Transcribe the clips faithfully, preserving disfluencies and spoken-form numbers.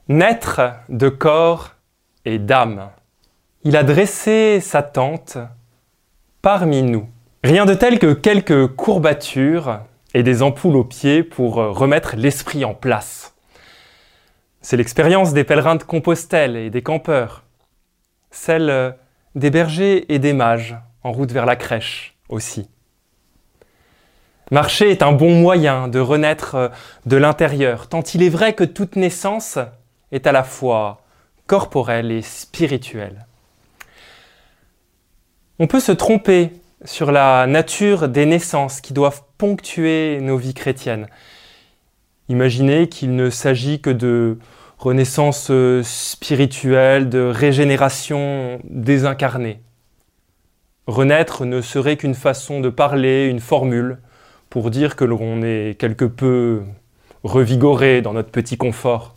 naître de corps et d'âme. Il a dressé sa tente parmi nous. Rien de tel que quelques courbatures et des ampoules aux pieds pour remettre l'esprit en place. C'est l'expérience des pèlerins de Compostelle et des campeurs, celle des bergers et des mages en route vers la crèche aussi. Marcher est un bon moyen de renaître de l'intérieur, tant il est vrai que toute naissance est à la fois corporelle et spirituelle. On peut se tromper sur la nature des naissances qui doivent ponctuer nos vies chrétiennes. Imaginez qu'il ne s'agit que de renaissance spirituelle, de régénération désincarnée. Renaître ne serait qu'une façon de parler, une formule, pour dire que l'on est quelque peu revigoré dans notre petit confort.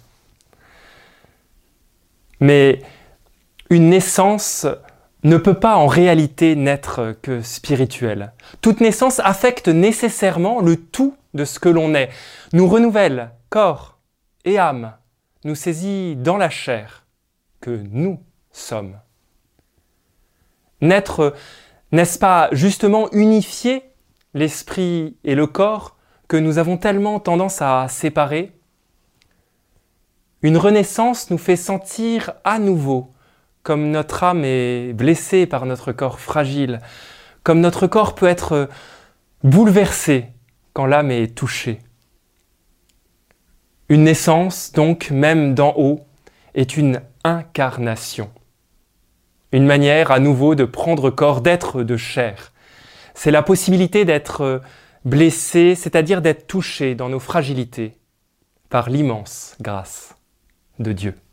Mais une naissance ne peut pas en réalité n'être que spirituelle. Toute naissance affecte nécessairement le tout de ce que l'on est, nous renouvelle corps et âme, nous saisit dans la chair que nous sommes. Naître, n'est-ce pas justement unifier l'esprit et le corps que nous avons tellement tendance à séparer? Une renaissance nous fait sentir à nouveau comme notre âme est blessée par notre corps fragile, comme notre corps peut être bouleversé quand l'âme est touchée. Une naissance, donc, même d'en haut, est une incarnation. Une manière à nouveau de prendre corps, d'être de chair. C'est la possibilité d'être blessé, c'est-à-dire d'être touché dans nos fragilités par l'immense grâce de Dieu.